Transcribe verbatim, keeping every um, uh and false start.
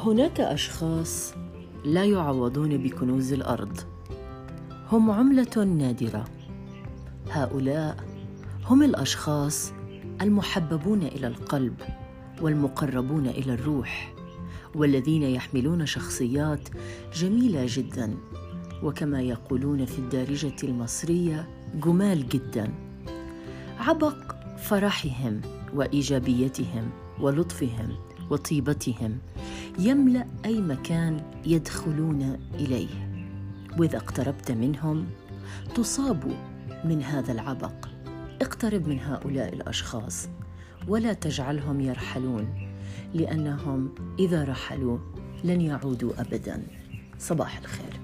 هناك أشخاص لا يعوضون بكنوز الأرض، هم عملة نادرة. هؤلاء هم الأشخاص المحببون إلى القلب والمقربون إلى الروح، والذين يحملون شخصيات جميلة جداً، وكما يقولون في الدارجة المصرية جمال جداً. عبق فرحهم وإيجابيتهم ولطفهم وطيبتهم يملأ أي مكان يدخلون إليه، وإذا اقتربت منهم تصاب من هذا العبق. اقترب من هؤلاء الأشخاص ولا تجعلهم يرحلون، لأنهم إذا رحلوا لن يعودوا أبداً. صباح الخير.